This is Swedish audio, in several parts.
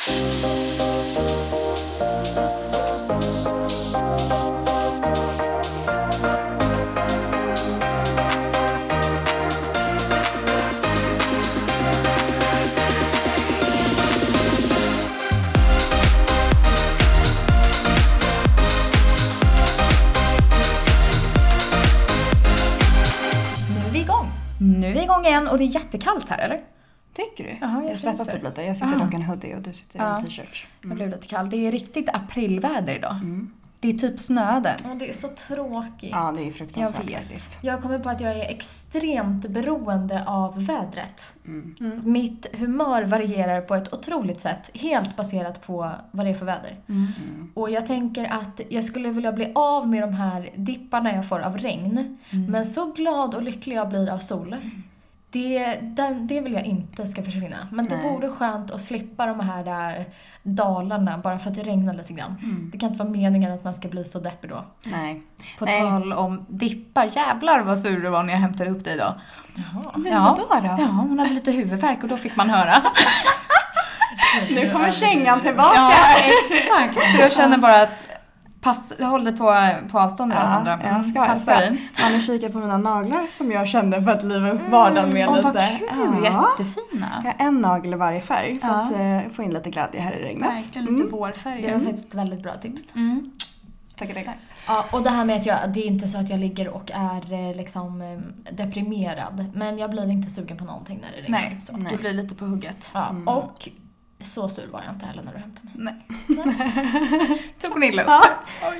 Nu är vi igång igen och det är jättekallt här, eller? Tycker du? Jaha, jag svettas typ lite. Jag sitter dock i en hoodie och du sitter i en t-shirt. Det blev lite kallt. Det är riktigt aprilväder idag. Det är typ snöden. Ja, det är så tråkigt. Ja, det är fruktansvärt faktiskt. Jag kommer på att jag är extremt beroende av vädret. Mitt humör varierar på ett otroligt sätt. Helt baserat på vad det är för väder. Och jag tänker att jag skulle vilja bli av med de här dipparna jag får av regn. Men så glad och lycklig jag blir av sol. Det vill jag inte ska försvinna. Men det vore skönt att slippa de här där dalarna bara för att det regnar lite grann. Det kan inte vara meningen att man ska bli så deppig då. Nej. På tal om dippar, jävlar vad sur du var när jag hämtade upp dig idag. Jaha. Men vadå då? Ja, hon hade lite huvudvärk och då fick man höra. Nu kommer kängan tillbaka. Ja, exakt. Så jag känner bara att jag håller på avstånd idag, Sandra. Jag ska. Man har kikat på mina naglar som jag kände för att liva upp vardagen med lite. Vad kul, jättefina. Jag har en nagel i varje färg för att få in lite glädje här i regnet. Verkligen lite vårfärg. Det var faktiskt ett väldigt bra tips. Tackar. Ja, och det här med att det är inte så att jag ligger och är liksom deprimerad. Men jag blir inte sugen på någonting när det regnar. Nej, så. Du blir lite på hugget. Ja, och så sur var jag inte heller när du hämtade mig. Nej. Tog hon illa upp.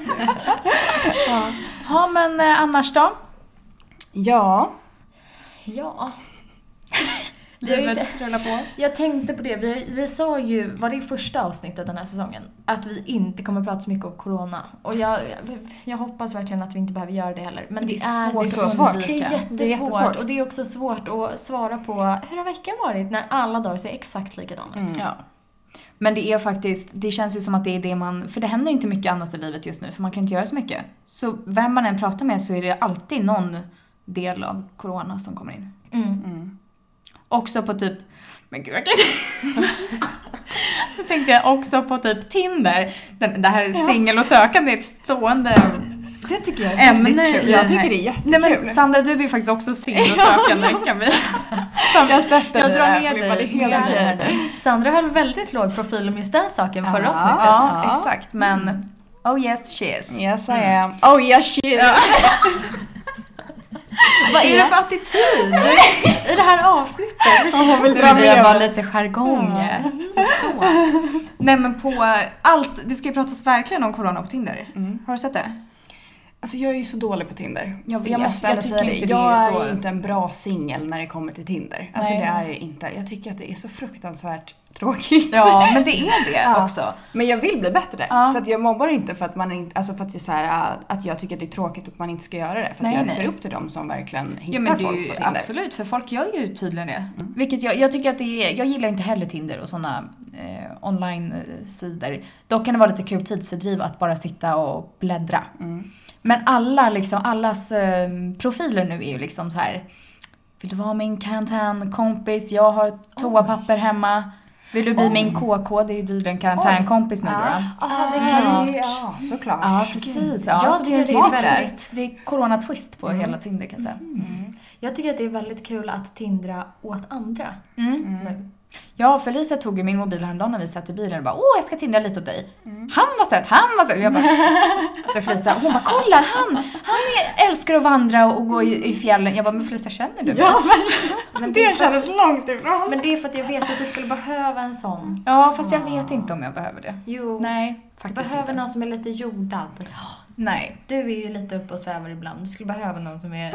Ja, men annars då? Ja. Jag tänkte på det. Vi sa ju, var det i första avsnittet den här säsongen, att vi inte kommer prata så mycket om corona. Och jag hoppas verkligen att vi inte behöver göra det heller. Men det är så svårt. Det är jättesvårt. Och det är också svårt att svara på hur har veckan varit när alla dagar ser exakt likadana ut. Ja. Men det är faktiskt, det känns ju som att det är det man, för det händer inte mycket annat i livet just nu, för man kan inte göra så mycket. Så vem man än pratar med så är det alltid någon del av corona som kommer in. Också på typ, men gud, då tänkte jag också på typ Tinder. Det här singel och sökande är ett stående Det tycker jag är ämne. kul. Jag tycker det är jättekul. Nej, men Sandra, du är ju faktiskt också singel och sökande, kan vi. Jag stöttar jag drar dig. med dig hela tiden. Sandra höll väldigt låg profil om just den saken förra avsnittet. Ja, exakt. Men, oh yes, she is. Yes, I am. Oh yes, she is. Vad är det för attityd i det här avsnittet? Hon vill dra med bara lite jargong. Nej, men på allt, det ska ju pratas verkligen om corona på Tinder. Har du sett det? Alltså jag är ju så dålig på Tinder. Jag måste ändå säga det. Jag är inte en bra singel när det kommer till Tinder. Alltså det är jag inte. Jag tycker att det är så fruktansvärt tråkigt. Ja, men det är det också. Men jag vill bli bättre. Så att jag mobbar inte för att man inte, alltså för att jag så här, att jag tycker att det är tråkigt att man inte ska göra det. För att jag ser upp till dem som verkligen hittar folk på Tinder. Absolut, för folk gör ju tydligen det. Vilket jag tycker att det är, jag gillar inte heller Tinder och sådana online-sidor. Då kan det vara lite kul tidsfördriv att bara sitta och bläddra. Men allas profiler nu är ju liksom så här: vill du vara min karantänkompis? Jag har toapapper hemma. Vill du bli min KK? Det är ju tydligen karantänkompis nu då. Ja, såklart. Ja, precis. Ja, Jag så tycker det är corona-twist på hela Tinder, kan jag säga. Jag tycker att det är väldigt kul att tindra åt andra nu. Ja, Felicia tog ju min mobil häromdagen när vi satt i bilen och bara, jag ska tindra lite åt dig. Han var söt. Jag bara, Felicia, hon bara, kolla, han älskar att vandra och gå i fjällen. Jag bara, men Felicia, känner du mig? Ja, men det kändes långt ifrån. Men det är för att jag vet att du skulle behöva en sån. Ja, fast jag vet inte om jag behöver det. Jo, nej, du faktiskt behöver inte. någon som är lite jordad. Nej. Du är ju lite uppe och svävar ibland. Du skulle behöva någon som är...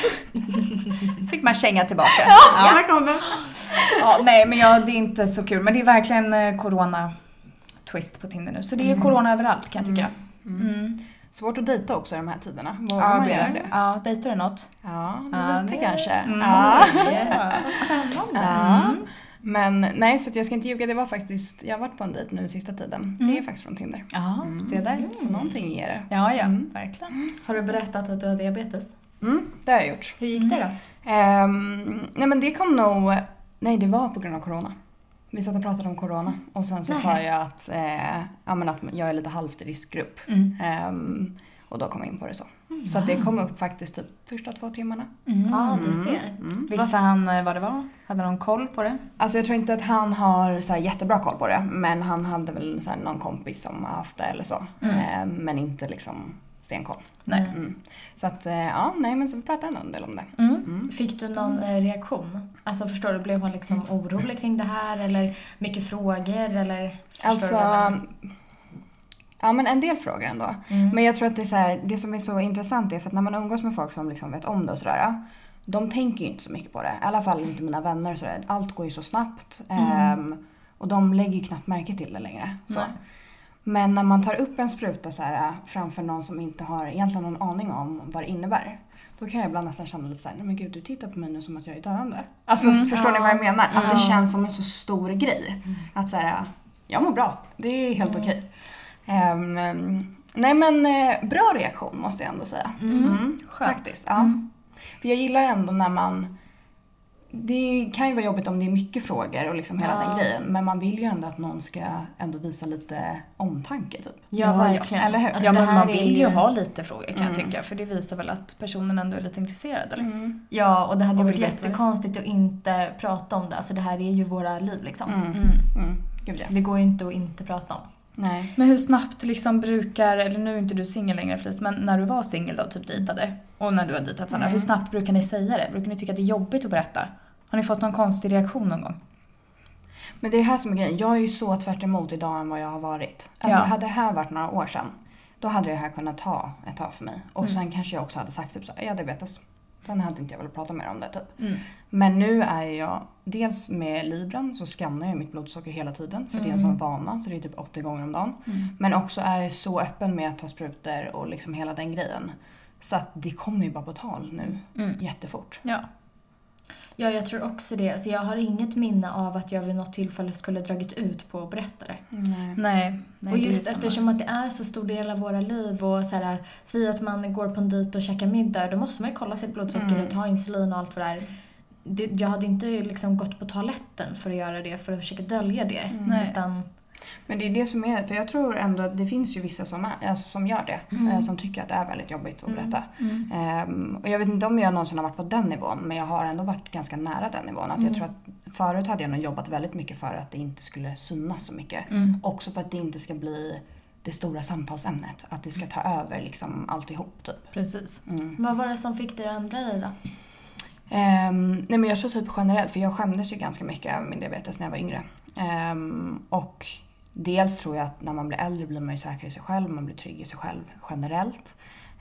Fick man känga tillbaka. Ja, kom det. Ja, nej, men det är inte så kul. Men det är verkligen corona-twist på Tinder nu. Så det är corona överallt, kan jag tycka. Svårt att dejta också i de här tiderna. Vågar man göra det? Ja, dejtar du något? Ja, lite kanske. Vad spännande. Men nej, så att jag ska inte ljuga. Det var faktiskt, jag har varit på en dejt nu sista tiden. Det är faktiskt från Tinder. Ja, se där. Så någonting ger det. Ja, verkligen. Har du berättat att du har diabetes? Det har jag gjort. Hur gick det då? Nej, men det kom nog... Nej, det var på grund av corona. Vi satt och pratade om corona och sen så sa jag att jag är lite halvt i riskgrupp. Och då kom jag in på det så. Så att det kom upp faktiskt typ första 2 timmarna. Ja, du ser. Visste han vad det var? Hade någon koll på det? Alltså jag tror inte att han har så här jättebra koll på det. Men han hade väl så här någon kompis som har haft det eller så. Men inte liksom stenkoll. Nej. Så att men så pratade jag en del om det. Fick du någon reaktion? Alltså förstår du, blev man liksom orolig kring det här eller mycket frågor eller? Alltså, ja men en del frågor ändå. Men jag tror att det är så här, det som är så intressant är för att när man umgås med folk som liksom vet om det och sådär, de tänker ju inte så mycket på det. I alla fall inte mina vänner och sådär. Allt går ju så snabbt. Och de lägger ju knappt märke till det längre. Så. Men när man tar upp en spruta så här, framför någon som inte har egentligen någon aning om vad det innebär. Då kan jag ibland nästan känna lite såhär, nej men gud, du tittar på mig nu som att jag är döende. Alltså förstår ni vad jag menar? Att det känns som en så stor grej. Att såhär, jag mår bra. Det är helt okej. Nej men bra reaktion måste jag ändå säga. Faktiskt. Ja. För jag gillar ändå när man... Det kan ju vara jobbigt om det är mycket frågor och liksom hela den grejen. Men man vill ju ändå att någon ska ändå visa lite omtanke typ. Ja, verkligen. Eller hur? Alltså, men man vill ju ha lite frågor kan jag tycka. För det visar väl att personen ändå är lite intresserad, eller? Ja, och det hade varit jättekonstigt att inte prata om det. Alltså det här är ju våra liv liksom. Gud, ja. Det går ju inte att inte prata om. Nej. Men hur snabbt liksom brukar, eller nu är inte du singel längre Felice, men när du var singel då, typ dejtade, och när du har dejtat Sandra, hur snabbt brukar ni säga det? Brukar ni tycka att det är jobbigt att berätta? Har ni fått någon konstig reaktion någon gång? Men det är här som är grejen. Jag är ju så tvärt emot idag än vad jag har varit. Alltså hade det här varit några år sedan, då hade det här kunnat ta ett tag för mig. Och sen kanske jag också hade sagt typ så, ja det vet. Sen hade inte jag velat prata mer om det typ. Men nu är jag, dels med Libran så skannar jag mitt blodsocker hela tiden. För det är en sån vana, så det är typ 80 gånger om dagen. Men också är jag så öppen med att ta sprutor och liksom hela den grejen. Så att det kommer ju bara på tal nu, jättefort. Ja, jag tror också det. Alltså jag har inget minne av att jag vid något tillfälle skulle dragit ut på att berätta det. Nej. Och just eftersom att det är så stor del av våra liv och så här, säg att man går på en dejt och käkar middag, då måste man ju kolla sitt blodsocker och ta insulin och allt vad det är. Jag hade inte liksom gått på toaletten för att göra det, för att försöka dölja det. Utan... Men det är det som är, för jag tror ändå att det finns ju vissa som gör det. Som tycker att det är väldigt jobbigt att berätta. Och jag vet inte om jag någonsin har varit på den nivån, men jag har ändå varit ganska nära den nivån. Att jag tror att förut hade jag nog jobbat väldigt mycket för att det inte skulle synas så mycket. Också för att det inte ska bli det stora samtalsämnet. Att det ska ta över liksom alltihop typ. Precis. Vad var det som fick dig att ändra dig då? Nej men jag tror typ generellt, för jag skämdes ju ganska mycket av min diabetes när jag var yngre. Och dels tror jag att när man blir äldre blir man ju säker i sig själv, man blir trygg i sig själv generellt.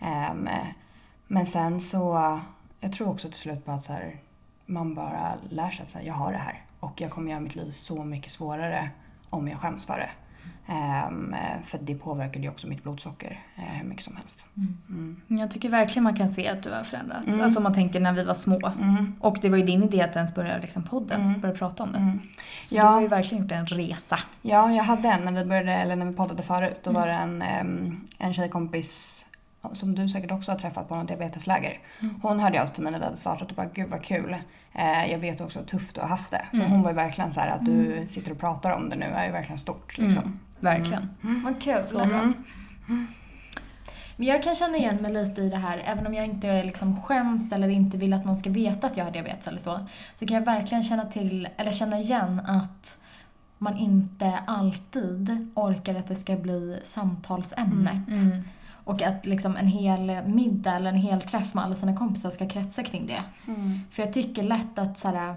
Men sen så, jag tror också till slut på att så här, man bara lär sig att så här, jag har det här. Och jag kommer göra mitt liv så mycket svårare om jag skäms för det. För det påverkade ju också mitt blodsocker hur mycket som helst. Jag tycker verkligen man kan se att du har förändrats. Alltså om man tänker när vi var små. Och det var ju din idé att ens börja liksom podden, börja prata om det. Så du har ju verkligen gjort en resa. Ja, jag hade en när vi poddade förut. Då var det en tjejkompis som du säkert också har träffat på något diabetesläger. Hon hörde av sig till mig när vi hade startat och bara, gud vad kul. Jag vet också hur tufft du har haft det. Så hon var ju verkligen så här att du sitter och pratar om det nu är ju verkligen stort liksom. Verkligen. Vad kul. Så bra. Men jag kan känna igen mig lite i det här, även om jag inte liksom skäms eller inte vill att någon ska veta att jag har diabetes eller så kan jag verkligen känna igen att man inte alltid orkar att det ska bli samtalsämnet. Och att liksom en hel middag eller en hel träff med alla sina kompisar ska kretsa kring det. För jag tycker lätt att såhär,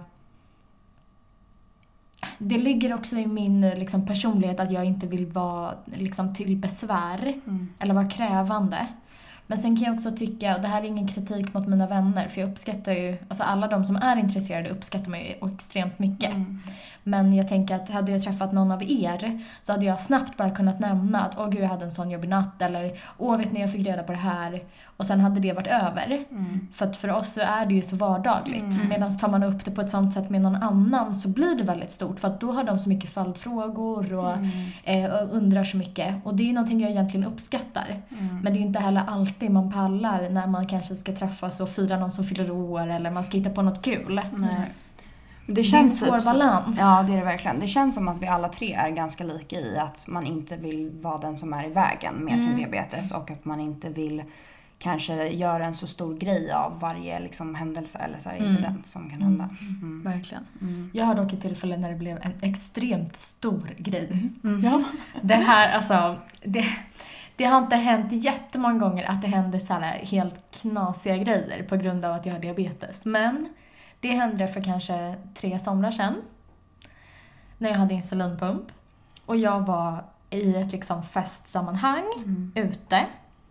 det ligger också i min liksom, personlighet att jag inte vill vara liksom, till besvär eller vara krävande. Men sen kan jag också tycka, och det här är ingen kritik mot mina vänner, för jag uppskattar ju, alltså alla de som är intresserade uppskattar mig extremt mycket. Men jag tänker att hade jag träffat någon av er så hade jag snabbt bara kunnat nämna att åh gud, jag hade en sån jobbig natt, eller åh vet ni, jag fick reda på det här, och sen hade det varit över. För att för oss så är det ju så vardagligt. Medan tar man upp det på ett sånt sätt med någon annan så blir det väldigt stort, för att då har de så mycket följdfrågor och undrar så mycket, och det är någonting jag egentligen uppskattar. Men det är ju inte heller alltid man pallar när man kanske ska träffas och fira någon som fyller år, eller man ska hitta på något kul. Det känns en svår balans. Ja, det är det verkligen. Det känns som att vi alla tre är ganska lika i att man inte vill vara den som är i vägen med sin diabetes och att man inte vill kanske göra en så stor grej av varje liksom händelse eller så här incident som kan hända. Verkligen. Jag har dock ett tillfälle när det blev en extremt stor grej. Ja. Det här, alltså, det har inte hänt jättemånga gånger att det händer så här helt knasiga grejer på grund av att jag har diabetes. Men det hände för kanske 3 somrar sedan när jag hade insulinpump. Och jag var i ett liksom festsammanhang ute.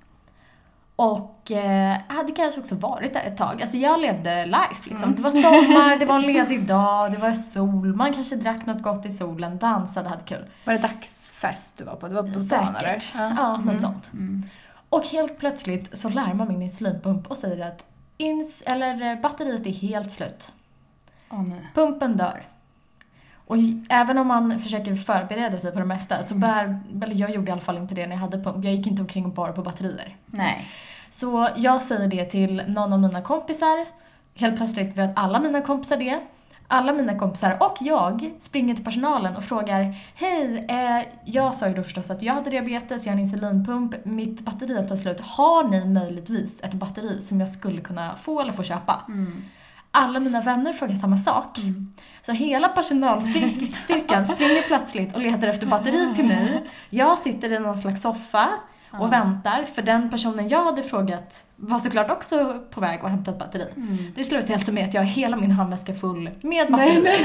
Och hade kanske också varit där ett tag. Alltså jag levde life liksom. Det var sommar, det var en ledig dag, det var sol. Man kanske drack något gott i solen, dansade, hade kul. Var det dagsfest du var på? Det var på Säkert. dagen, eller? Ja, något sånt. Och helt plötsligt så larmar min insulinpump och säger att batteriet är helt slut. Nej. Pumpen dör. Och även om man försöker förbereda sig på det mesta så jag gjorde i alla fall inte det när jag hade pump. Jag gick inte omkring och bara på batterier. Nej. Så jag säger det till någon av mina kompisar. Helt plötsligt vet alla mina kompisar det. Alla mina kompisar och jag springer till personalen och frågar: hej, jag sa ju då förstås att jag hade diabetes, jag har en insulinpump, mitt batteri har tagit slut. Har ni möjligtvis ett batteri som jag skulle kunna få eller få köpa? Alla mina vänner frågar samma sak. Så hela personalstyrkan springer plötsligt och letar efter batteri till mig. Jag sitter i någon slags soffa och väntar, för den personen jag hade frågat var såklart också på väg att hämta ett batteri. Det slutar alltså med att jag har hela min handväska full med batteri.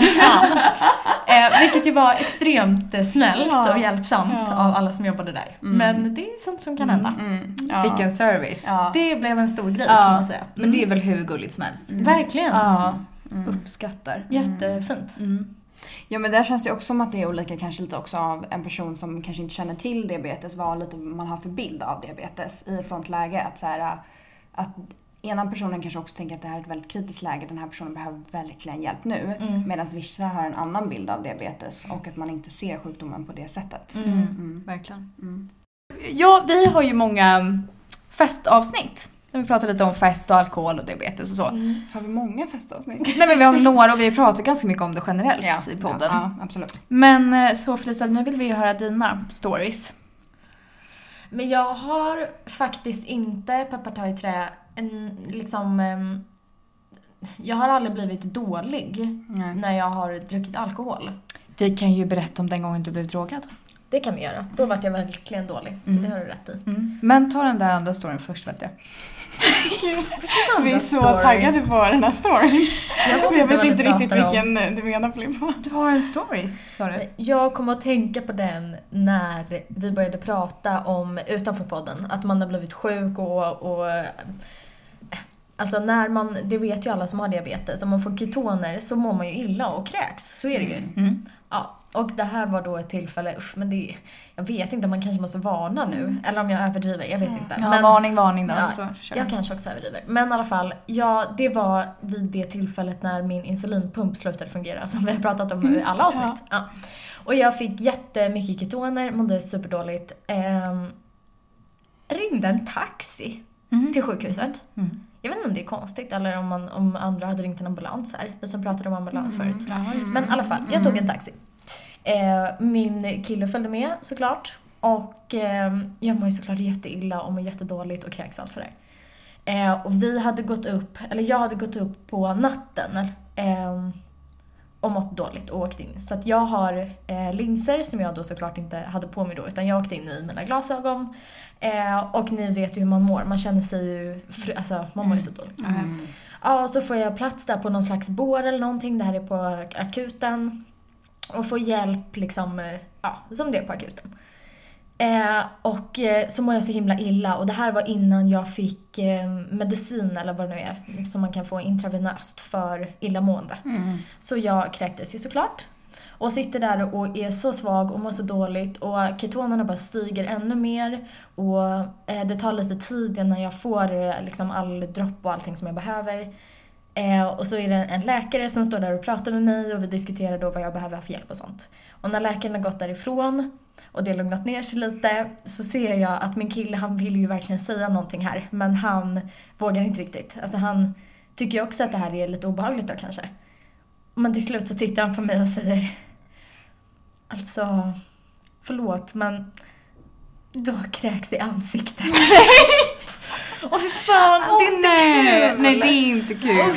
Vilket ju var extremt snällt och hjälpsamt av alla som jobbade där. Men det är sånt som kan hända. Vilken service. Det blev en stor grej kan man säga. Men det är väl hur gulligt som helst. Verkligen. Uppskattar. Jättefint. Ja, men där känns det också som att det är olika kanske lite också av en person som kanske inte känner till diabetes, vad lite man har för bild av diabetes i ett sånt läge. Att, så här, att ena personen kanske också tänker att det här är ett väldigt kritiskt läge, den här personen behöver verkligen hjälp nu. Medan vissa har en annan bild av diabetes och att man inte ser sjukdomen på det sättet. Verkligen. Ja, vi har ju många festavsnitt. När vi pratar lite om fest och alkohol och diabetes och så. Har vi många festavsnitt? Nej, men vi har några och vi pratar ganska mycket om det generellt i podden. Ja, absolut. Men så Felicia, nu vill vi höra dina stories. Men jag har faktiskt inte, peppar ta i trä, jag har aldrig blivit dålig när jag har druckit alkohol. Vi kan ju berätta om den gången du blev drogad. Det kan vi göra. Då var jag verkligen dålig. Så det har du rätt i. Men ta den där andra storyn först, vet jag. Vi är så taggade på den här storyn. Jag vet inte riktigt vilken du menar, Filippa. Du har en story, sa du? Jag kommer att tänka på den när vi började prata om utanför podden. Att man har blivit sjuk och alltså när man, det vet ju alla som har diabetes, om man får ketoner så mår man ju illa och kräks. Så är det ju. Ja. Och det här var då ett tillfälle, men jag vet inte, man kanske måste varna nu. Eller om jag överdriver, jag vet inte. Ja, men, varning då. Ja, så jag kanske också överdriver. Men i alla fall, det var vid det tillfället när min insulinpump slutade fungera. Som vi har pratat om i alla avsnitt. Ja. Och jag fick jättemycket ketoner, mådde superdåligt. Ringde en taxi till sjukhuset. Jag vet inte om det är konstigt eller om andra hade ringt en ambulans här. Vi som pratade om ambulans förut. Men i alla fall, jag tog en taxi. Min kille följde med såklart. Och jag mår ju såklart jätteilla och mår jättedåligt och kräks allt för det. Och jag hade gått upp på natten och mått dåligt och åkt in. Så att jag har linser som jag då såklart inte hade på mig då. Utan jag åkte in i mina glasögon. Och ni vet ju hur man mår. Man känner sig ju, man mår ju så dåligt. Ja, så får jag plats där på någon slags bår eller någonting. Det här är på akuten. Och få hjälp liksom, som det är på akuten. Och så mår jag så himla illa. Och det här var innan jag fick medicin eller vad det nu är. Som man kan få intravenöst för illamående. Så jag kräktes ju såklart. Och sitter där och är så svag och mår så dåligt. Och ketonerna bara stiger ännu mer. Och det tar lite tid innan jag får liksom all dropp och allting som jag behöver. Och så är det en läkare som står där och pratar med mig och vi diskuterar då vad jag behöver för hjälp och sånt. Och när läkaren har gått därifrån och det har lugnat ner sig lite så ser jag att min kille, han vill ju verkligen säga någonting här. Men han vågar inte riktigt. Alltså han tycker ju också att det här är lite obehagligt då kanske. Men till slut så tittar han på mig och säger: alltså, förlåt, men du har kräks i ansiktet. Åh fan, det är inte kul. Nej, det är inte kul.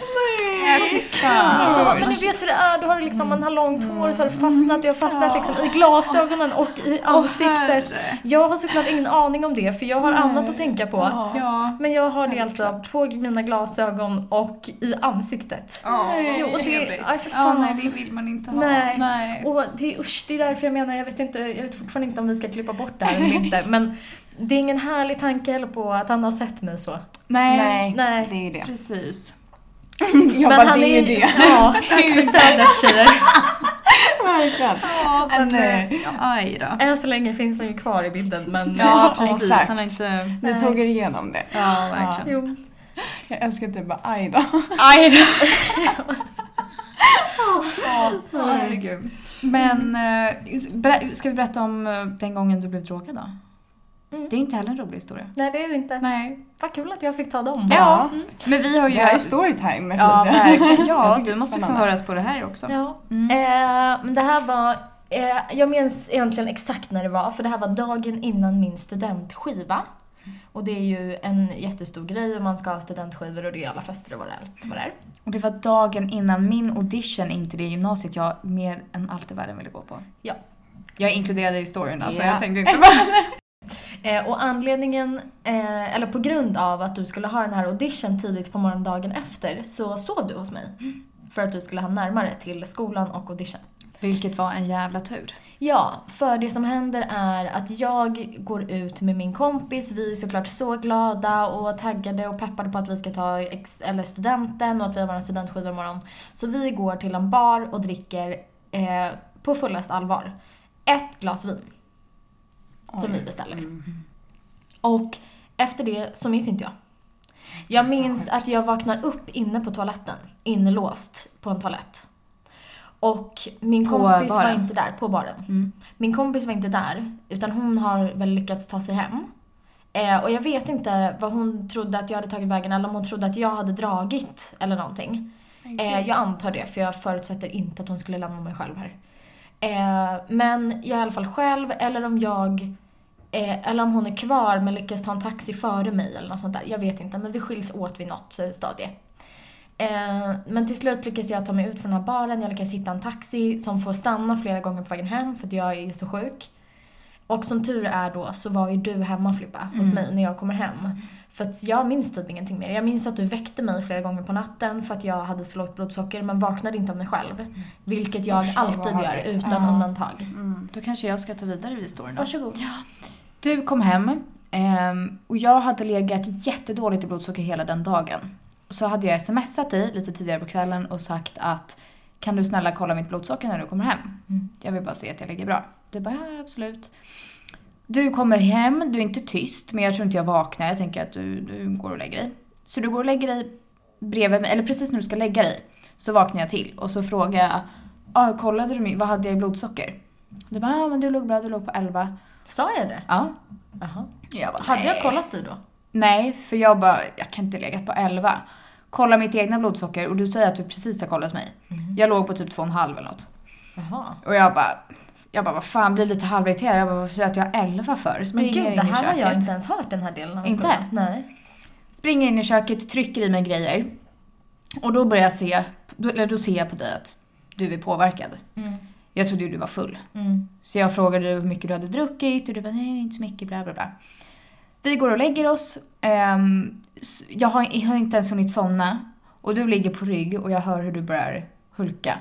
Ja, men ni vet hur det är, då har du liksom, man har långt hår så har det fastnat, det har fastnat liksom i glasögonen och i ansiktet. Jag har såklart ingen aning om det, för jag har annat att tänka på. Ja. Men jag har det alltså på mina glasögon och i ansiktet. Jo, och nej, det vill man inte ha. Nej. Och det är därför jag menar, jag vet fortfarande inte om vi ska klippa bort det här eller inte, men det är ingen härlig tanke eller på att han har sett mig så. Nej. Det är ju det. Precis. Jag men bara, det är ju det. Ja, tack för stödet, tjejer. Verkligen. Ja, men aj då. Än så länge finns han ju kvar i bilden, men Ja, precis. exakt. Han har inte... Du tog er igenom det. Ja, verkligen. Jo. Jag älskar typ bara, aj då. Aj då. Herregud. Men ska vi berätta om den gången du blev drogad då? Det är inte heller en rolig historia. Nej, det är det inte. Nej. Vad kul att jag fick ta dem. Ja. Men vi har ju... Det här är storytime. Ja, verkligen. Ja, Jag tycker du måste få spännande. höras på det här också. Ja. Men det här var... jag minns egentligen exakt när det var, för det här var dagen innan min studentskiva. Och det är ju en jättestor grej om man ska ha studentskivor och det är alla fester och vad det är. Och det var dagen innan min audition in till det gymnasiet jag mer än allt i världen ville gå på. Ja. Jag inkluderade i storyn, alltså Ja. jag tänkte inte bara... Och anledningen, eller på grund av att du skulle ha den här audition tidigt på morgondagen efter, så sov du hos mig. För att du skulle ha närmare till skolan och audition. Vilket var en jävla tur. Ja, för det som händer är att jag går ut med min kompis. Vi är såklart så glada och taggade och peppade på att vi ska ta studenten och att vi har vår studentskiva imorgon. Så vi går till en bar och dricker på fullast allvar 1 glas vin. Som vi beställer. Och efter det så minns inte jag. Jag minns att jag vaknar upp inne på toaletten. Inlåst på en toalett. Och min kompis var inte där, på baren. Min kompis var inte där, utan hon har väl lyckats ta sig hem. Och jag vet inte vad hon trodde att jag hade tagit vägen, eller om hon trodde att jag hade dragit eller någonting. Jag antar det, för jag förutsätter inte att hon skulle lämna mig själv här. Men jag är i alla fall själv, eller om hon är kvar men lyckas ta en taxi före mig eller något sånt där. Jag vet inte, men vi skiljs åt vid något stadie. Men till slut lyckas jag ta mig ut från den här baren. Jag lyckas hitta en taxi som får stanna flera gånger på vägen hem för att jag är så sjuk. Och som tur är då så var ju du hemma, Filippa, hos mig när jag kommer hem. För att jag minns typ ingenting mer. Jag minns att du väckte mig flera gånger på natten för att jag hade så lågt blodsocker, men vaknade inte av mig själv. Vilket jag alltid gör utan undantag. Då kanske jag ska ta vidare vid storyn då. Varsågod. Ja. Du kom hem och jag hade legat jättedåligt i blodsocker hela den dagen. Så hade jag smsat dig lite tidigare på kvällen och sagt att kan du snälla kolla mitt blodsocker när du kommer hem? Jag vill bara se att jag ligger bra. Du bara, ja, absolut. Du kommer hem, du är inte tyst, men jag tror inte jag vaknar. Jag tänker att du går och lägger dig. Så du går och lägger dig bredvid mig, eller precis när du ska lägga dig, så vaknar jag till. Och så frågar jag, kollade du vad hade jag i blodsocker? Du bara, ja men du låg bra, du låg på 11. Sa jag det? Ja. Jaha. Jag bara, Hade jag kollat dig då? Nej, för jag kan inte lägga på 11. Kolla mitt egna blodsocker och du säger att du precis har kollat mig. Jag låg på typ 2,5 eller något. Jaha. Och jag bara, vad fan, blir lite halvirriterad. Jag bara, vad säger att jag har 11 för? Men gud, det här har jag inte ens hört, den här delen av Inte? historien. Nej. Springer in i köket, trycker i mig grejer. Och då börjar jag då ser jag på dig att du är påverkad. Jag trodde ju du var full. Så jag frågade hur mycket du hade druckit och du bara, nej, inte så mycket, bla bla bla. Vi går och lägger oss. Jag har inte ens hunnit somna. Och du ligger på rygg och jag hör hur du börjar hulka.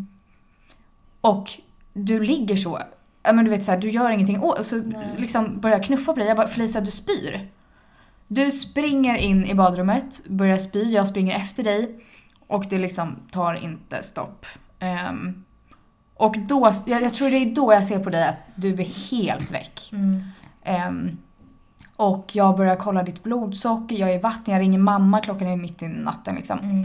Och du ligger så. Men du vet så här, du gör ingenting. Så liksom börjar knuffa på dig. Jag bara, Felicia, du spyr. Du springer in i badrummet, börjar spy. Jag springer efter dig. Och det liksom tar inte stopp. Och då, jag tror det är då jag ser på dig att du är helt väck. Och jag börjar kolla ditt blodsocker. Jag är i vatten, jag ringer mamma. Klockan är mitt i natten liksom.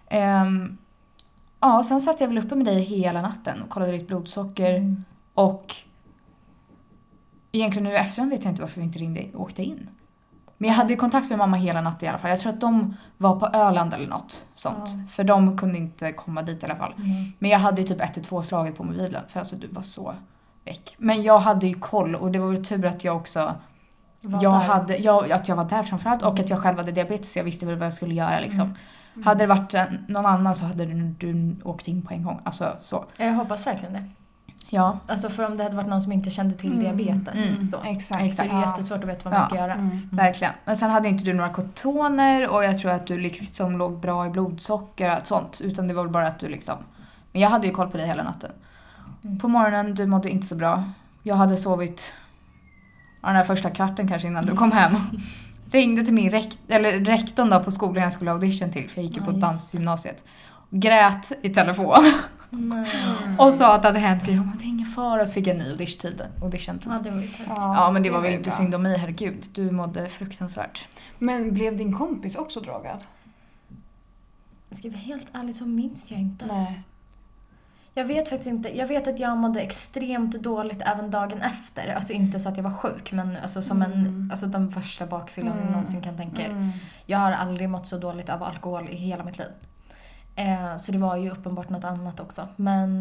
Ja, sen satt jag väl uppe med dig hela natten och kollade ditt blodsocker. Och egentligen nu efterhand vet jag inte varför vi inte åkte in. Men jag hade ju kontakt med mamma hela natten i alla fall. Jag tror att de var på Öland eller något sånt. Ja. För de kunde inte komma dit i alla fall. Men jag hade ju typ 112-slaget på mobilen. För alltså du var så väck. Men jag hade ju koll. Och det var väl tur att jag också... att jag var där framförallt. Och att jag själv hade diabetes. Så jag visste väl vad jag skulle göra liksom. Hade det varit någon annan så hade du åkt in på en gång. Alltså så. Jag hoppas verkligen det. Ja. Alltså för om det hade varit någon som inte kände till diabetes. Så. Exakt. Så är det jättesvårt att veta vad man ska göra. Verkligen. Men sen hade inte du några kotoner. Och jag tror att du liksom låg bra i blodsocker och sånt. Utan det var väl bara att du liksom... Men jag hade ju koll på dig hela natten. På morgonen, du mådde inte så bra. Jag hade sovit den där första kvarten kanske innan du kom hem. Ringde till min rektorn då på skolan jag skulle ha audition till. För jag gick ju på dansgymnasiet. Grät i telefon. Och sa att det hade hänt grejer. Det är ingen fara. Så fick jag en ny audition-tid. Ja, det var ju tur. Ja, men det var väl inte synd om mig, herregud. Du mådde fruktansvärt. Men blev din kompis också drogad? Ska vi vara helt ärlig så minns jag inte. Nej. Jag vet faktiskt inte. Jag vet att jag mådde extremt dåligt även dagen efter. Alltså inte så att jag var sjuk, men alltså som alltså den värsta bakfyllan jag någonsin kan tänka er. Jag har aldrig mått så dåligt av alkohol i hela mitt liv. Så det var ju uppenbart något annat också. Men...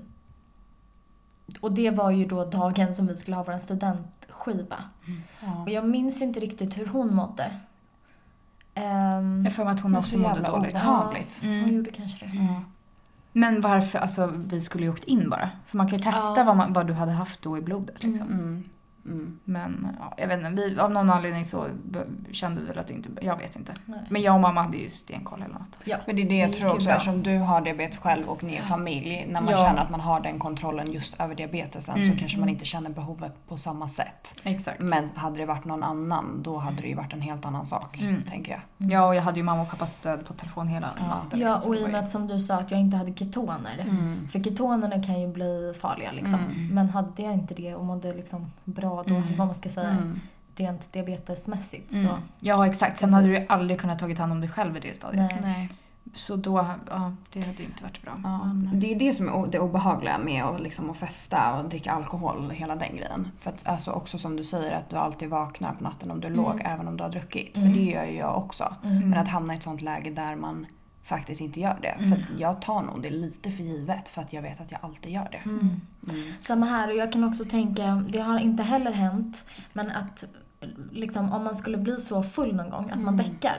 och det var ju då dagen som vi skulle ha vår studentskiva. Och jag minns inte riktigt hur hon mådde. Jag får mig att hon också mådde dåligt. Obehagligt. Hon gjorde kanske det. Men varför, alltså vi skulle ju åkt in bara. För man kan ju testa vad du hade haft då i blodet liksom. Men jag vet inte, av någon anledning så kände vi väl att det inte, jag vet inte. Nej. Men jag och mamma hade ju stenkoll eller något. Ja. Men det är det jag tror också, eftersom du har diabetes själv och ni är familj. När man känner att man har den kontrollen just över diabetesen så kanske man inte känner behovet på samma sätt. Exakt. Men hade det varit någon annan, då hade det ju varit en helt annan sak, tänker jag. Ja, och jag hade ju mamma och pappas stöd på telefon hela natten. Ja, liksom, och i och med att som du sa att jag inte hade ketoner. För ketonerna kan ju bli farliga liksom. Men hade jag inte det och mådde liksom bra då, vad man ska säga, rent diabetesmässigt. Så. Ja, exakt. Sen hade du aldrig kunnat tagit hand om dig själv i det stadiet. Nej. Så då, det hade inte varit bra. Ja. Det är det som är det obehagliga med att festa och dricka alkohol, hela den grejen. För att alltså också som du säger att du alltid vaknar på natten om du är låg, även om du har druckit. För det gör ju jag också. Men att hamna i ett sånt läge där man faktiskt inte gör det. För jag tar nog det lite för givet för att jag vet att jag alltid gör det. Samma här, och jag kan också tänka, det har inte heller hänt, men att liksom, om man skulle bli så full någon gång att man däckar.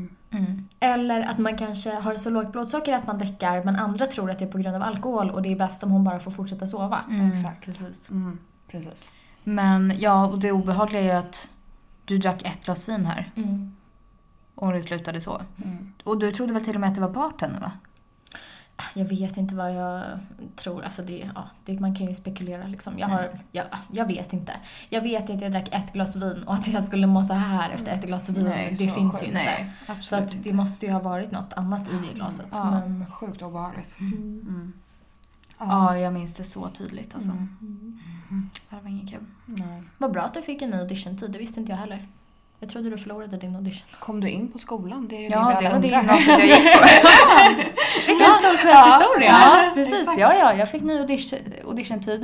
Eller att man kanske har så lågt blodsocker att man däckar, men andra tror att det är på grund av alkohol och det är bäst om hon bara får fortsätta sova. Exakt. Precis. Men ja, och det obehagliga är ju att du drack 1 glas vin här. Och det slutade så. Och du trodde väl till och med att det var bartender, va? Jag vet inte vad jag tror. Alltså man kan ju spekulera liksom. Jag vet inte. Jag vet att jag drack 1 glas vin och att jag skulle må så här efter 1 glas vin. Nej, det finns ju inte. Nej, så att det måste ju ha varit något annat i det glaset. Ja, men... sjukt obehagligt. Ja, jag minns det så tydligt alltså. Det var ingen kul. Nej. Vad bra att du fick en ny audition-tid. Det visste inte jag heller. Jag trodde du förlorade din audition. Kom du in på skolan? Det är det det var det gymnasiet jag gick på. Vilken solskenshistoria! Ja, precis. Ja, jag fick ny audition-tid.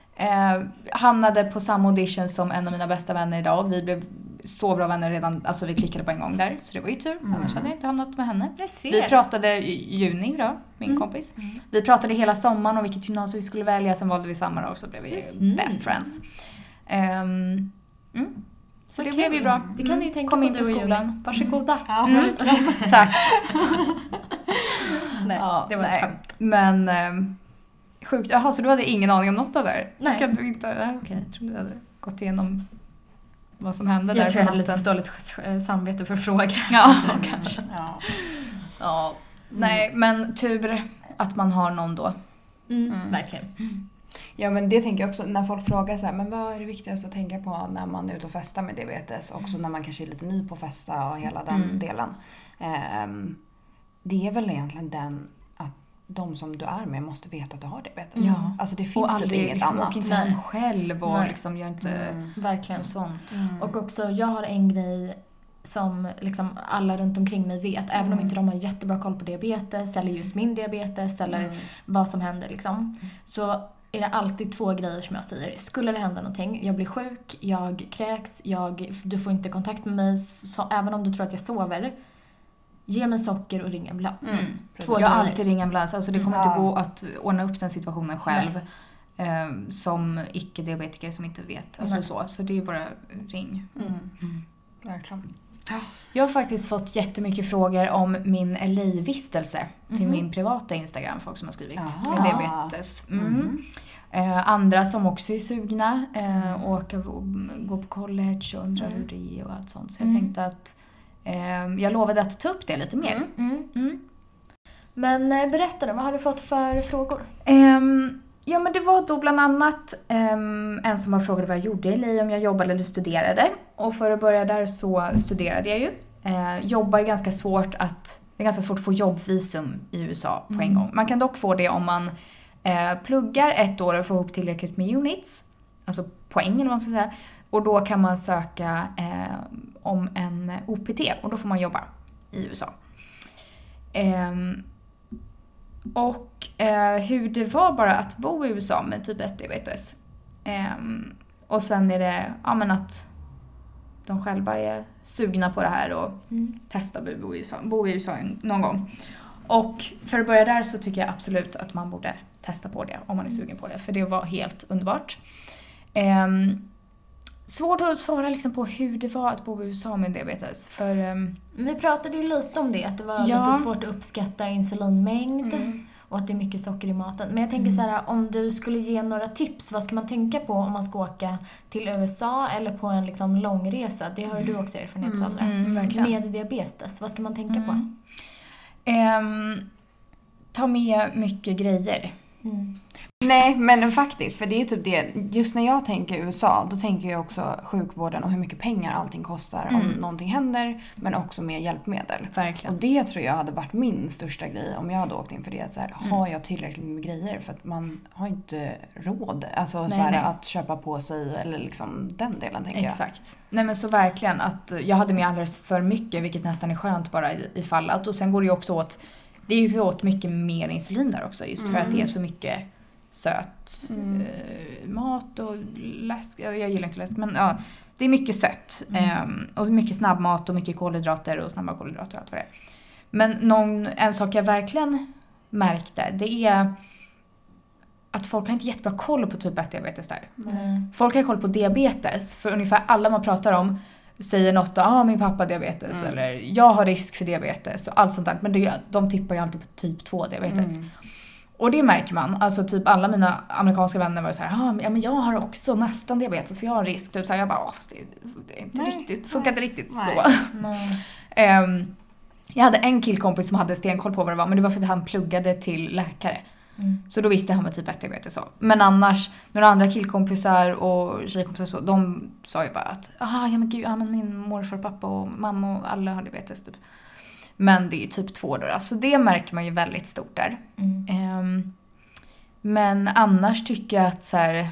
Hamnade på samma audition som en av mina bästa vänner idag. Vi blev så bra vänner redan, alltså vi klickade på en gång där. Så det var ju tur, annars hade jag inte hamnat med henne. Vi pratade i juni då, min kompis. Vi pratade hela sommaren om vilket gymnasium vi skulle välja. Sen valde vi samma och så blev vi best friends. Så det blev ju bra. Det kan ni tänka Kom på in på skolan. Varsågoda. Tack. Nej, det var ett skämt. Men sjukt. Jaha, så du hade ingen aning om något av det där? Nej. Kan du inte? Okej, jag trodde du hade gått igenom vad som hände där. Jag tror jag hade lite för dåligt samvete för frågan. Ja, kanske. Ja. Nej, men tur att man har någon då. Verkligen. Ja, men det tänker jag också när folk frågar så här, men vad är det viktigaste att tänka på när man är ute och festar med diabetes? Också när man kanske är lite ny på att festa och hela den delen. Det är väl egentligen att de som du är med måste veta att du har diabetes. Ja. Alltså det finns och typ aldrig, inget liksom, annat. Och inte hem själv och liksom gör inte verkligen sånt. Och också, jag har en grej som liksom alla runt omkring mig vet. Även om inte de har jättebra koll på diabetes eller just min diabetes eller vad som händer liksom. Så är det alltid 2 grejer som jag säger. Skulle det hända någonting, jag blir sjuk, jag kräks, du får inte kontakt med mig, så även om du tror att jag sover, ge mig socker och ring ambulans. Jag har alltid ringa ambulans. Alltså det kommer inte gå att ordna upp den situationen själv. Som icke-diabetiker som inte vet. Alltså så det är bara ring. Verkligen. Jag har faktiskt fått jättemycket frågor om min LA-vistelse till min privata Instagram. Folk som har skrivit med diabetes. Andra som också är sugna. Gå på college och undrar hur det är och allt sånt. Så jag tänkte att jag lovade att ta upp det lite mer. Men berätta då, vad har du fått för frågor? Ja, men det var då bland annat en som har frågat vad jag gjorde i LA, om jag jobbade eller studerade. Och för att börja där så studerade jag ju. Jobba är ganska svårt att få jobbvisum i USA på en gång. Man kan dock få det om man pluggar 1 år och får ihop tillräckligt med units. Alltså poäng eller vad man ska säga. Och då kan man söka om en OPT och då får man jobba i USA. Och hur det var bara att bo i USA med typ 1-diabetes. Och sen är det att de själva är sugna på det här och testa bo i USA någon gång. Och för att börja där så tycker jag absolut att man borde testa på det om man är sugen på det. För det var helt underbart. Svårt att svara liksom på hur det var att bo i USA med diabetes. För, vi pratade ju lite om det, att det var lite svårt att uppskatta insulinmängd och att det är mycket socker i maten. Men jag tänker så här, om du skulle ge några tips, vad ska man tänka på om man ska åka till USA eller på en liksom långresa? Det har ju du också erfarenhet, Sandra. Med diabetes, vad ska man tänka på? Ta med mycket grejer. Nej, men faktiskt, för det är typ det. Just när jag tänker USA, då tänker jag också sjukvården och hur mycket pengar allting kostar om någonting händer, men också med hjälpmedel. Verkligen. Och det tror jag hade varit min största grej om jag hade åkt in för det. Att så här, har jag tillräckligt med grejer? För att man har inte råd att köpa på sig, eller liksom den delen, tänker jag. Exakt. Nej, men så verkligen att jag hade med alldeles för mycket, vilket nästan är skönt bara i fallet. Och sen går det ju också åt, det är ju åt mycket mer insulin där också, just för att det är så mycket söt mat och läsk. Jag gillar inte läsk, men ja, det är mycket sött. Och mycket snabbmat och mycket kolhydrater och snabba kolhydrater och allt vad det är. Men en sak jag verkligen märkte, det är att folk har inte jättebra koll på typ 1-diabetes där. Folk har koll på diabetes, för ungefär alla man pratar om säger något, min pappa har diabetes eller jag har risk för diabetes och allt sånt där. Men de tippar ju alltid på typ 2-diabetes. Och det märker man. Alltså typ alla mina amerikanska vänner var så här, men jag har också nästan diabetes för jag har risk. Typ så här, jag bara, fast det är inte riktigt, funkar inte riktigt så. Jag hade en killkompis som hade stenkoll på vad det var, men det var för att han pluggade till läkare. Så då visste han vad typ 1-diabetes var. Men annars, några andra killkompisar och tjejkompisar så, de sa ju bara att men min morfar, pappa och mamma och alla har diabetes typ. Men det är typ 2 då. Alltså det märker man ju väldigt stort där. Men annars tycker jag att så här,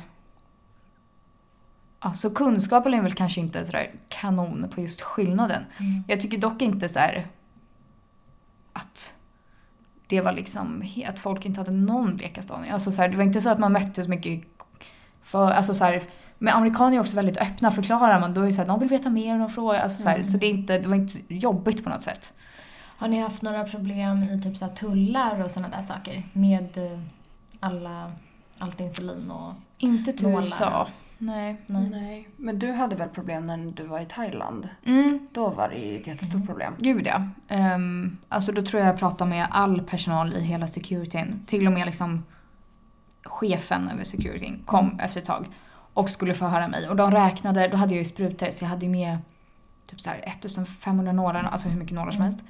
alltså kunskapen är väl kanske inte så där kanon på just skillnaden. Jag tycker dock inte så här att det var liksom att folk inte hade någon blekaste aning. Alltså så här, det var inte så att man mötte så mycket alltså så här, men amerikaner är också väldigt öppna, förklarar man då är det så här, någon vill veta mer och någon frågar, alltså så här, så det var inte jobbigt på något sätt. Har ni haft några problem i typ så här tullar och sådana där saker med allt insulin och inte till USA? Nej. Men du hade väl problem när du var i Thailand? Då var det ju ett jättestort problem. Gud ja. Alltså då tror jag pratade med all personal i hela securityn. Till och med liksom chefen över securityn kom efter ett tag och skulle få höra mig. Och de räknade, då hade jag ju sprutor så jag hade ju med typ så här 1500 nålar, alltså hur mycket nålar som helst.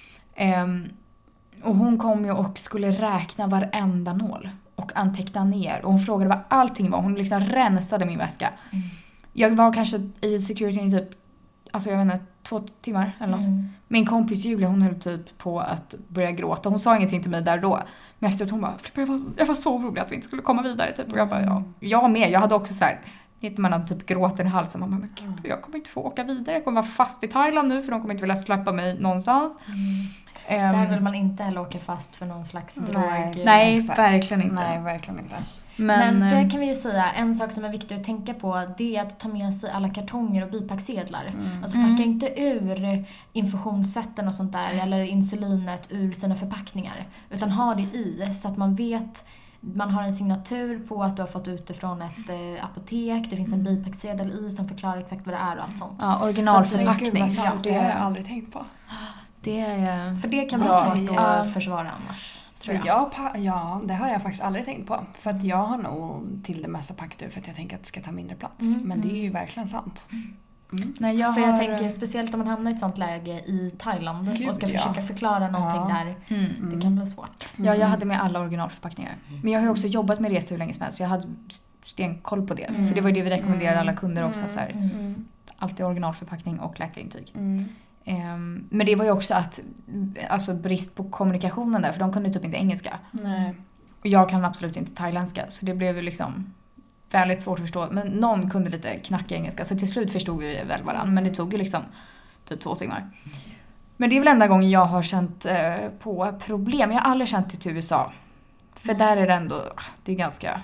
Och hon kom ju och skulle räkna varenda nål och anteckna ner. Och hon frågade vad allting var. Hon liksom rensade min väska. Jag var kanske i security typ, alltså jag vet inte, 2 timmar eller något. Min kompis Julia, hon höll typ på att börja gråta. Hon sa ingenting till mig där då. Men efteråt hon bara, jag var så orolig att vi inte skulle komma vidare typ. Och jag bara, jag med. Jag hade också så här, man hade typ gråten i halsen. Man bara, men gud, jag kommer inte få åka vidare. Jag kommer vara fast i Thailand nu för de kommer inte vilja släppa mig någonstans. Där vill man inte heller åka fast för någon slags drog. Nej, verkligen inte. Nej, verkligen inte. Men det kan vi ju säga, en sak som är viktig att tänka på, det är att ta med sig alla kartonger och bipacksedlar. Alltså packa inte ur infusionssätten och sånt där, eller insulinet ur sina förpackningar. Utan ha det i, så att man vet, man har en signatur på att du har fått ut det från ett apotek. Det finns en bipacksedel i som förklarar exakt vad det är och allt sånt. Ja, originalförpackning. Det har jag aldrig tänkt på. Det är för det kan bli svårt att försvara annars. Ja, det har jag faktiskt aldrig tänkt på. För att jag har nog till det mesta packat ur för att jag tänker att det ska ta mindre plats. Men det är ju verkligen sant. Nej, jag tänker speciellt om man hamnar i ett sånt läge i Thailand och ska försöka förklara någonting där. Det kan bli svårt. Ja, jag hade med alla originalförpackningar. Men jag har ju också jobbat med resor hur länge som helst, så jag hade stenkoll på det. För det var ju det vi rekommenderade alla kunder också. Att så här, alltid originalförpackning och läkarintyg. Men det var ju också att alltså brist på kommunikationen där, för de kunde typ inte engelska. Nej. Och jag kan absolut inte thailändska, så det blev ju liksom väldigt svårt att förstå. Men någon kunde lite knackig engelska, så till slut förstod vi väl varandra. Men det tog ju liksom typ 2 timmar. Men det är väl enda gången jag har känt på problem. Jag har aldrig känt det till USA. För där är det ändå, det är ganska...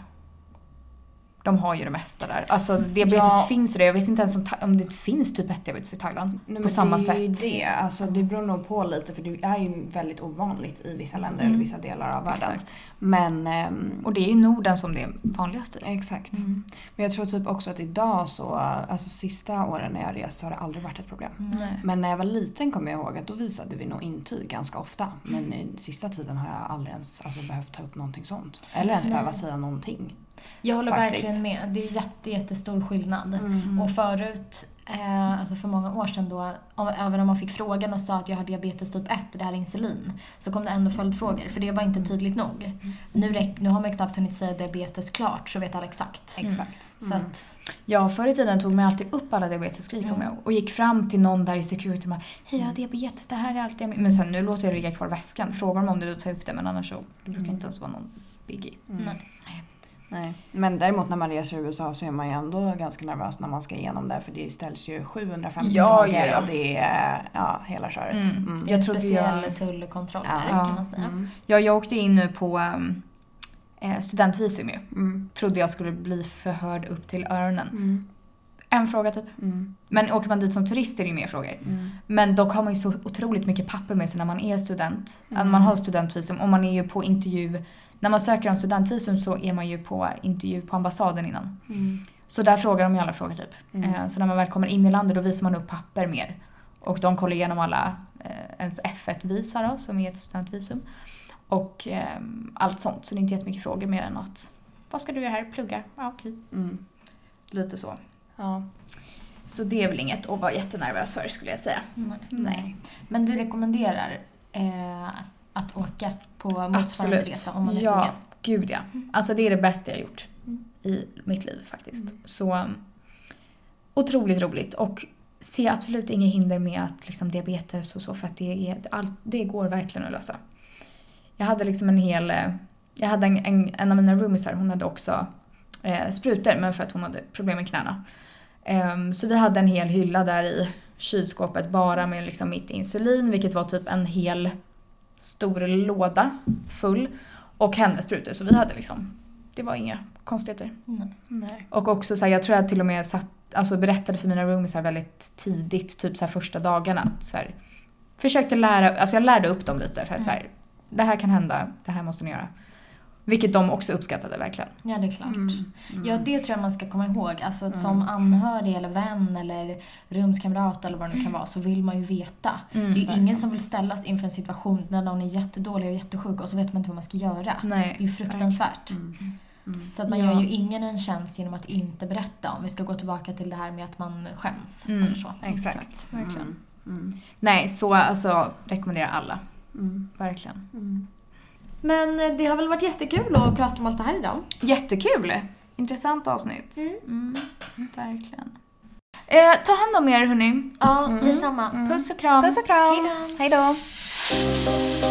De har ju det mesta där. Alltså diabetes finns det. Jag vet inte ens om det finns typ 1-diabetes i Thailand. På samma sätt. Det. Alltså, det beror nog på lite. För det är ju väldigt ovanligt i vissa länder eller vissa delar av världen. Exakt. Men, och det är ju Norden som det är vanligaste. Exakt. Men jag tror typ också att idag så, alltså sista åren när jag rest så har det aldrig varit ett problem. Men när jag var liten kommer jag ihåg att då visade vi nog intyg ganska ofta. Men i sista tiden har jag aldrig ens behövt ta upp någonting sånt. Eller ens behöva säga någonting. Jag håller verkligen med. Det är jättestor skillnad. Och förut, alltså för många år sedan då, även om man fick frågan och sa att jag har diabetes typ 1 och det här är insulin, så kom det ändå följdfrågor, för det var inte tydligt nog. Nu har man knappt hunnit säga diabetes klart, så vet alla exakt. Så att... Ja, förr i tiden tog man alltid upp alla diabeteskrig och gick fram till någon där i security och bara, hej, jag har diabetes, det här är alltid... Men sen nu låter jag ligga kvar väskan. Frågar de om det, då tar jag upp det, men annars så det brukar inte ens vara någon biggie. Nej. Men däremot när man reser i USA så är man ju ändå ganska nervös när man ska igenom det, för det ställs ju 750 frågor och det är hela köret. Jag trodde speciell tullkontroll kan man säga. Jag åkte in nu på studentvisum ju. Trodde jag skulle bli förhörd upp till öronen. En fråga typ. Men åker man dit som turist är det ju mer frågor. Men dock har man ju så otroligt mycket papper med sig när man är student. Man har studentvisum och man är ju på intervju. När man söker om studentvisum så är man ju på intervju på ambassaden innan. Så där frågar de ju alla frågor typ. Så när man väl kommer in i landet då visar man upp papper mer. Och de kollar igenom alla ens F1-visa då, som är ett studentvisum. Och allt sånt. Så det är inte jättemycket frågor mer än att vad ska du göra här? Plugga? Ja, okej. Lite så. Ja. Så det är väl inget att vara jättenervös för, skulle jag säga. Nej. Men du rekommenderar att åka på motsvarande resa om man är sugen? Gud ja. Alltså det är det bästa jag gjort i mitt liv faktiskt. Så otroligt roligt. Och se absolut inga hinder med att liksom diabetes och så, för att det går verkligen att lösa. Jag hade liksom en av mina roomies här, hon hade också sprutor, men för att hon hade problem med knäna. Så vi hade en hel hylla där i kylskåpet bara med liksom mitt insulin, vilket var typ en hel stor låda full, och hennes sprutor. Så vi hade liksom, det var inga konstigheter. Nej. Och också så här, jag tror jag till och med berättade för mina roomies här väldigt tidigt, typ så här första dagarna, att så här, försökte jag lärde upp dem lite för att så här, det här kan hända, det här måste ni göra. Vilket de också uppskattade verkligen. Ja, det är klart. Ja, det tror jag man ska komma ihåg. Alltså att som anhörig eller vän eller rumskamrat eller vad det nu kan vara, så vill man ju veta. Det är ju ingen som vill ställas inför en situation när någon är jättedålig och jättesjuk och så vet man inte vad man ska göra. Nej, det är ju fruktansvärt. Så att man gör ju ingen en tjänst genom att inte berätta. Om vi ska gå tillbaka till det här med att man skäms. Eller så. Exakt. Verkligen. Nej, så alltså rekommenderar alla. Verkligen. Men det har väl varit jättekul att prata om allt det här idag. Jättekul! Intressant avsnitt. Verkligen. Ta hand om er, hörni. Ja, detsamma. Puss och kram. Puss och kram. Hej då. Hej då.